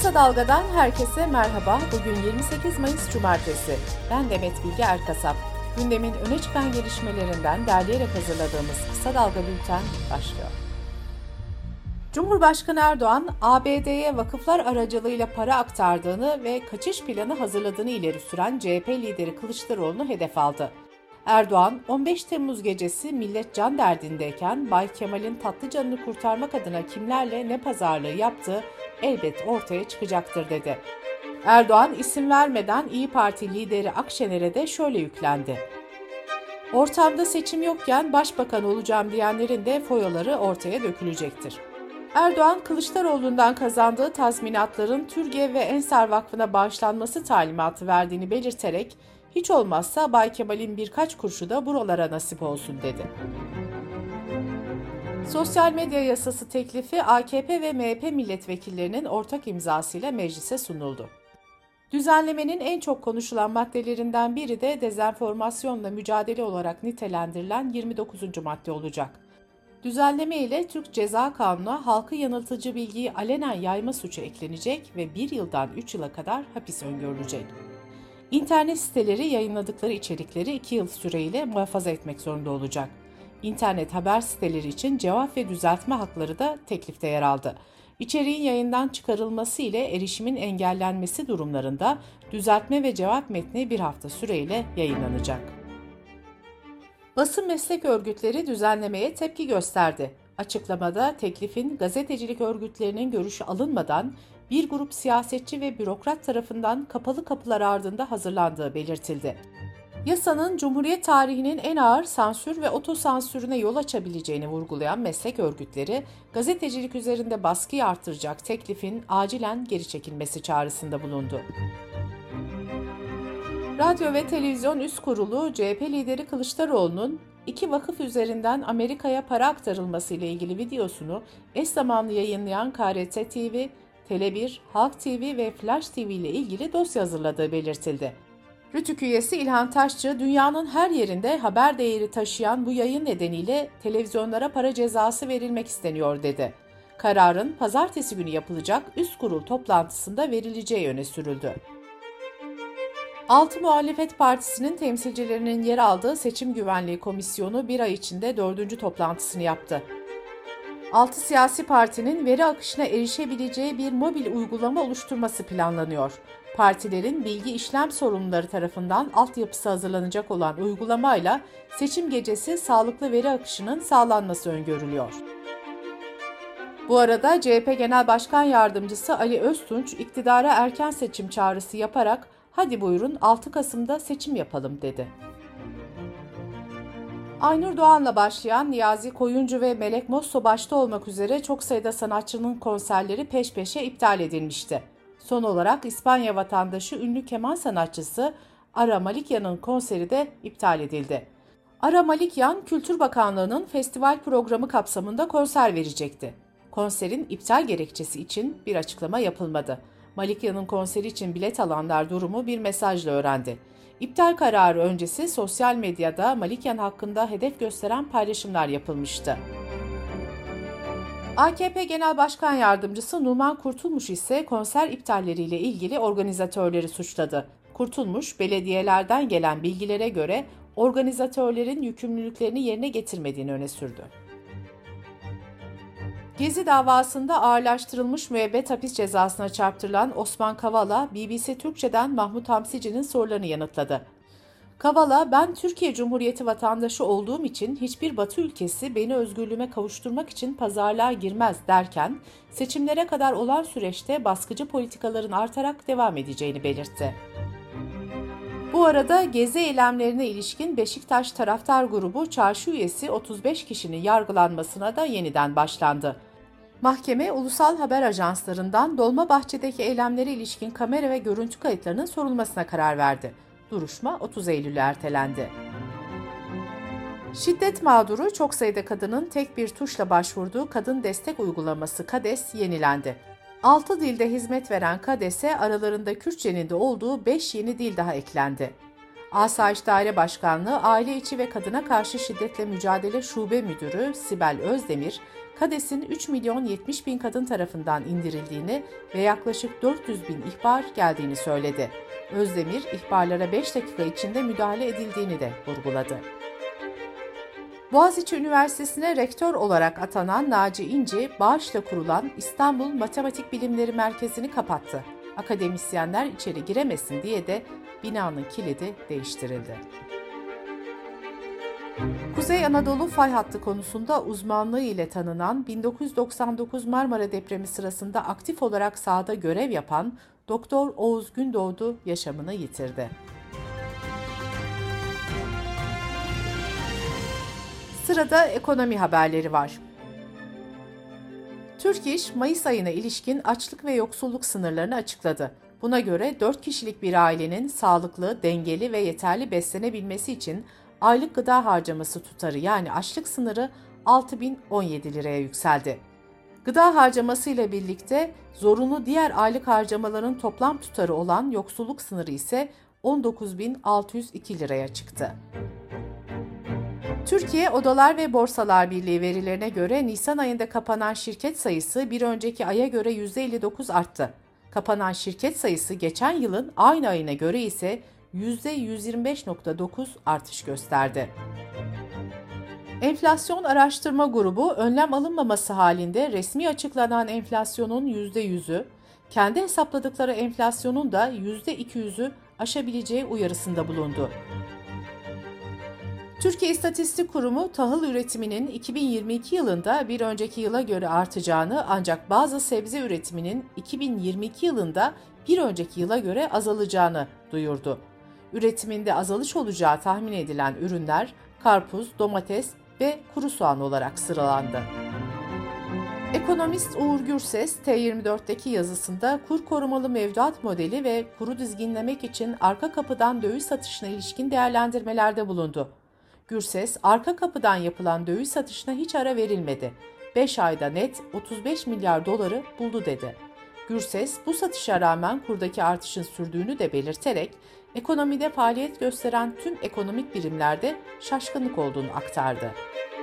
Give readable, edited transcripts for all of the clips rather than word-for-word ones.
Kısa Dalga'dan herkese merhaba. Bugün 28 Mayıs Cumartesi. Ben Demet Bilge Erkasap. Gündemin öne çıkan gelişmelerinden derleyerek hazırladığımız Kısa Dalga bülten başlıyor. Cumhurbaşkanı Erdoğan, ABD'ye vakıflar aracılığıyla para aktardığını ve kaçış planı hazırladığını ileri süren CHP lideri Kılıçdaroğlu'nu hedef aldı. Erdoğan, 15 Temmuz gecesi millet can derdindeyken Bay Kemal'in tatlı canını kurtarmak adına kimlerle ne pazarlığı yaptığı elbet ortaya çıkacaktır dedi. Erdoğan isim vermeden İYİ Parti lideri Akşener'e de şöyle yüklendi. Ortamda seçim yokken başbakan olacağım diyenlerin de foyaları ortaya dökülecektir. Erdoğan, Kılıçdaroğlu'ndan kazandığı tazminatların Türgev ve Ensar Vakfı'na bağışlanması talimatı verdiğini belirterek, hiç olmazsa Bay Kemal'in birkaç kuruşu da buralara nasip olsun dedi. Sosyal medya yasası teklifi AKP ve MHP milletvekillerinin ortak imzasıyla meclise sunuldu. Düzenlemenin en çok konuşulan maddelerinden biri de dezenformasyonla mücadele olarak nitelendirilen 29. madde olacak. Düzenleme ile Türk Ceza Kanunu'na halkı yanıltıcı bilgiyi alenen yayma suçu eklenecek ve 1 yıldan 3 yıla kadar hapis öngörülecek. İnternet siteleri yayınladıkları içerikleri 2 yıl süreyle muhafaza etmek zorunda olacak. İnternet haber siteleri için cevap ve düzeltme hakları da teklifte yer aldı. İçeriğin yayından çıkarılması ile erişimin engellenmesi durumlarında düzeltme ve cevap metni 1 hafta süreyle yayınlanacak. Basın meslek örgütleri düzenlemeye tepki gösterdi. Açıklamada teklifin gazetecilik örgütlerinin görüşü alınmadan bir grup siyasetçi ve bürokrat tarafından kapalı kapılar ardında hazırlandığı belirtildi. Yasanın Cumhuriyet tarihinin en ağır sansür ve otosansürüne yol açabileceğini vurgulayan meslek örgütleri, gazetecilik üzerinde baskıyı artıracak teklifin acilen geri çekilmesi çağrısında bulundu. Radyo ve Televizyon Üst Kurulu, CHP lideri Kılıçdaroğlu'nun 2 vakıf üzerinden Amerika'ya para aktarılması ile ilgili videosunu eş zamanlı yayınlayan KRT TV, Tele1, Halk TV ve Flash TV ile ilgili dosya hazırladığı belirtildi. Rütük üyesi İlhan Taşçı, dünyanın her yerinde haber değeri taşıyan bu yayın nedeniyle televizyonlara para cezası verilmek isteniyor dedi. Kararın pazartesi günü yapılacak üst kurul toplantısında verileceği öne sürüldü. 6 muhalefet partisinin temsilcilerinin yer aldığı Seçim Güvenliği Komisyonu bir ay içinde 4. toplantısını yaptı. 6 siyasi partinin veri akışına erişebileceği bir mobil uygulama oluşturması planlanıyor. Partilerin bilgi işlem sorumluları tarafından altyapısı hazırlanacak olan uygulamayla seçim gecesi sağlıklı veri akışının sağlanması öngörülüyor. Bu arada CHP Genel Başkan Yardımcısı Ali Öztunç, iktidara erken seçim çağrısı yaparak "Hadi buyurun 6 Kasım'da seçim yapalım" dedi. Aynur Doğan'la başlayan Niyazi Koyuncu ve Melek Mosso başta olmak üzere çok sayıda sanatçının konserleri peş peşe iptal edilmişti. Son olarak İspanya vatandaşı ünlü keman sanatçısı Ara Malikyan'ın konseri de iptal edildi. Ara Malikyan, Kültür Bakanlığı'nın festival programı kapsamında konser verecekti. Konserin iptal gerekçesi için bir açıklama yapılmadı. Malikyan'ın konseri için bilet alanlar durumu bir mesajla öğrendi. İptal kararı öncesi sosyal medyada Malikyan hakkında hedef gösteren paylaşımlar yapılmıştı. AKP Genel Başkan Yardımcısı Numan Kurtulmuş ise konser iptalleriyle ilgili organizatörleri suçladı. Kurtulmuş, belediyelerden gelen bilgilere göre organizatörlerin yükümlülüklerini yerine getirmediğini öne sürdü. Gezi davasında ağırlaştırılmış müebbet hapis cezasına çarptırılan Osman Kavala, BBC Türkçe'den Mahmut Hamsici'nin sorularını yanıtladı. Kavala, "Ben Türkiye Cumhuriyeti vatandaşı olduğum için hiçbir Batı ülkesi beni özgürlüğüme kavuşturmak için pazarlığa girmez" derken, seçimlere kadar olan süreçte baskıcı politikaların artarak devam edeceğini belirtti. Bu arada Gezi eylemlerine ilişkin Beşiktaş Taraftar Grubu çarşı üyesi 35 kişinin yargılanmasına da yeniden başlandı. Mahkeme, ulusal haber ajanslarından Dolmabahçe'deki eylemlere ilişkin kamera ve görüntü kayıtlarının sorulmasına karar verdi. Duruşma 30 Eylül'e ertelendi. Şiddet mağduru çok sayıda kadının tek bir tuşla başvurduğu kadın destek uygulaması KADES yenilendi. 6 dilde hizmet veren KADES'e aralarında Kürtçenin de olduğu 5 yeni dil daha eklendi. Asayiş Daire Başkanlığı Aile İçi ve Kadına Karşı Şiddetle Mücadele Şube Müdürü Sibel Özdemir, KADES'in 3 milyon 70 bin kadın tarafından indirildiğini ve yaklaşık 400 bin ihbar geldiğini söyledi. Özdemir, ihbarlara 5 dakika içinde müdahale edildiğini de vurguladı. Boğaziçi Üniversitesi'ne rektör olarak atanan Naci İnci, bağışla kurulan İstanbul Matematik Bilimleri Merkezi'ni kapattı. Akademisyenler içeri giremesin diye de binanın kilidi değiştirildi. Kuzey Anadolu fay hattı konusunda uzmanlığı ile tanınan 1999 Marmara depremi sırasında aktif olarak sahada görev yapan Doktor Oğuz Gündoğdu yaşamını yitirdi. Sırada ekonomi haberleri var. Türk İş, Mayıs ayına ilişkin açlık ve yoksulluk sınırlarını açıkladı. Buna göre 4 kişilik bir ailenin sağlıklı, dengeli ve yeterli beslenebilmesi için aylık gıda harcaması tutarı yani açlık sınırı 6.017 liraya yükseldi. Gıda harcaması ile birlikte zorunlu diğer aylık harcamaların toplam tutarı olan yoksulluk sınırı ise 19.602 liraya çıktı. Türkiye Odalar ve Borsalar Birliği verilerine göre Nisan ayında kapanan şirket sayısı bir önceki aya göre %59 arttı. Kapanan şirket sayısı geçen yılın aynı ayına göre ise %125.9 artış gösterdi. Enflasyon Araştırma Grubu, önlem alınmaması halinde resmi açıklanan enflasyonun %100'ü, kendi hesapladıkları enflasyonun da %200'ü aşabileceği uyarısında bulundu. Türkiye İstatistik Kurumu, tahıl üretiminin 2022 yılında bir önceki yıla göre artacağını ancak bazı sebze üretiminin 2022 yılında bir önceki yıla göre azalacağını duyurdu. Üretiminde azalış olacağı tahmin edilen ürünler karpuz, domates ve kuru soğan olarak sıralandı. Ekonomist Uğur Gürses, T24'teki yazısında kur korumalı mevduat modeli ve kuru dizginlemek için arka kapıdan döviz satışına ilişkin değerlendirmelerde bulundu. Gürses, arka kapıdan yapılan döviz satışına hiç ara verilmedi. 5 ayda net 35 milyar doları buldu dedi. Gürses, bu satışa rağmen kurdaki artışın sürdüğünü de belirterek, ekonomide faaliyet gösteren tüm ekonomik birimlerde şaşkınlık olduğunu aktardı.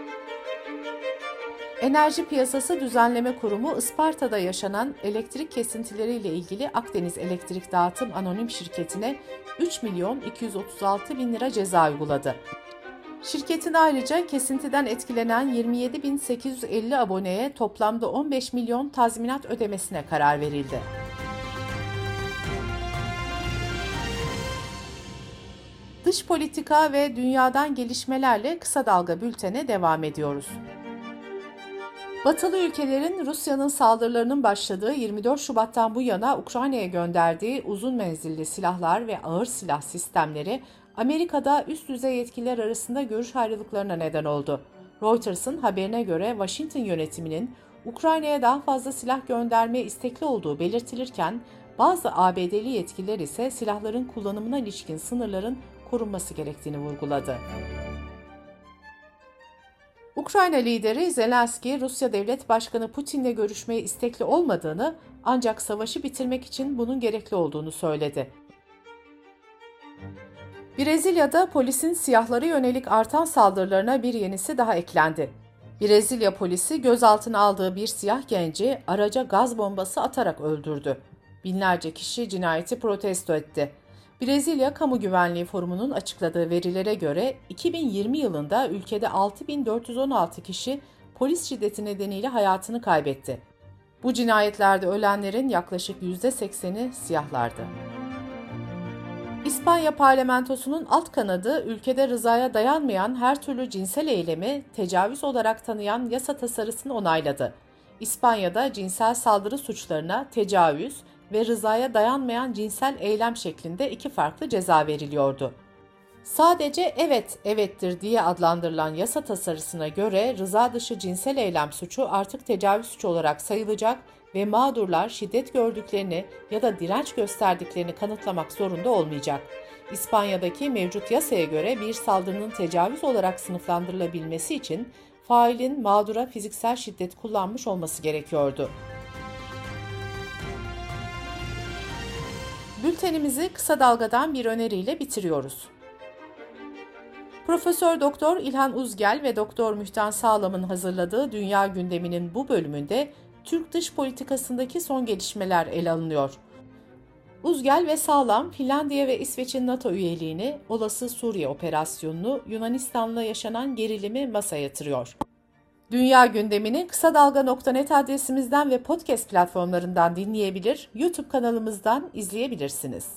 Enerji Piyasası Düzenleme Kurumu, Isparta'da yaşanan elektrik kesintileriyle ilgili Akdeniz Elektrik Dağıtım Anonim Şirketi'ne 3.236.000 lira ceza uyguladı. Şirketin ayrıca kesintiden etkilenen 27.850 aboneye toplamda 15 milyon tazminat ödemesine karar verildi. Dış politika ve dünyadan gelişmelerle kısa dalga bültene devam ediyoruz. Batılı ülkelerin Rusya'nın saldırılarının başladığı 24 Şubat'tan bu yana Ukrayna'ya gönderdiği uzun menzilli silahlar ve ağır silah sistemleri Amerika'da üst düzey yetkililer arasında görüş ayrılıklarına neden oldu. Reuters'ın haberine göre Washington yönetiminin Ukrayna'ya daha fazla silah göndermeye istekli olduğu belirtilirken bazı ABD'li yetkililer ise silahların kullanımına ilişkin sınırların korunması gerektiğini vurguladı. Ukrayna lideri Zelenski, Rusya Devlet Başkanı Putin'le görüşmeye istekli olmadığını ancak savaşı bitirmek için bunun gerekli olduğunu söyledi. Brezilya'da polisin siyahlara yönelik artan saldırılarına bir yenisi daha eklendi. Brezilya polisi gözaltına aldığı bir siyah genci araca gaz bombası atarak öldürdü. Binlerce kişi cinayeti protesto etti. Brezilya Kamu Güvenliği Forumu'nun açıkladığı verilere göre 2020 yılında ülkede 6.416 kişi polis şiddeti nedeniyle hayatını kaybetti. Bu cinayetlerde ölenlerin yaklaşık %80'i siyahlardı. İspanya parlamentosunun alt kanadı ülkede rızaya dayanmayan her türlü cinsel eylemi tecavüz olarak tanıyan yasa tasarısını onayladı. İspanya'da cinsel saldırı suçlarına tecavüz ve rızaya dayanmayan cinsel eylem şeklinde iki farklı ceza veriliyordu. Sadece evet, evettir diye adlandırılan yasa tasarısına göre rıza dışı cinsel eylem suçu artık tecavüz suçu olarak sayılacak ve mağdurlar şiddet gördüklerini ya da direnç gösterdiklerini kanıtlamak zorunda olmayacak. İspanya'daki mevcut yasaya göre bir saldırının tecavüz olarak sınıflandırılabilmesi için failin mağdura fiziksel şiddet kullanmış olması gerekiyordu. Bültenimizi kısa dalgadan bir öneriyle bitiriyoruz. Profesör Doktor İlhan Uzgel ve Doktor Mühtan Sağlam'ın hazırladığı Dünya Gündemi'nin bu bölümünde Türk dış politikasındaki son gelişmeler ele alınıyor. Uzgel ve Sağlam, Finlandiya ve İsveç'in NATO üyeliğini, olası Suriye operasyonunu, Yunanistan'la yaşanan gerilimi masaya yatırıyor. Dünya Gündemi'ni kısa dalga.net adresimizden ve podcast platformlarından dinleyebilir, YouTube kanalımızdan izleyebilirsiniz.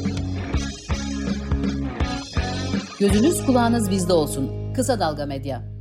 Gözünüz kulağınız bizde olsun. Kısa Dalga Medya.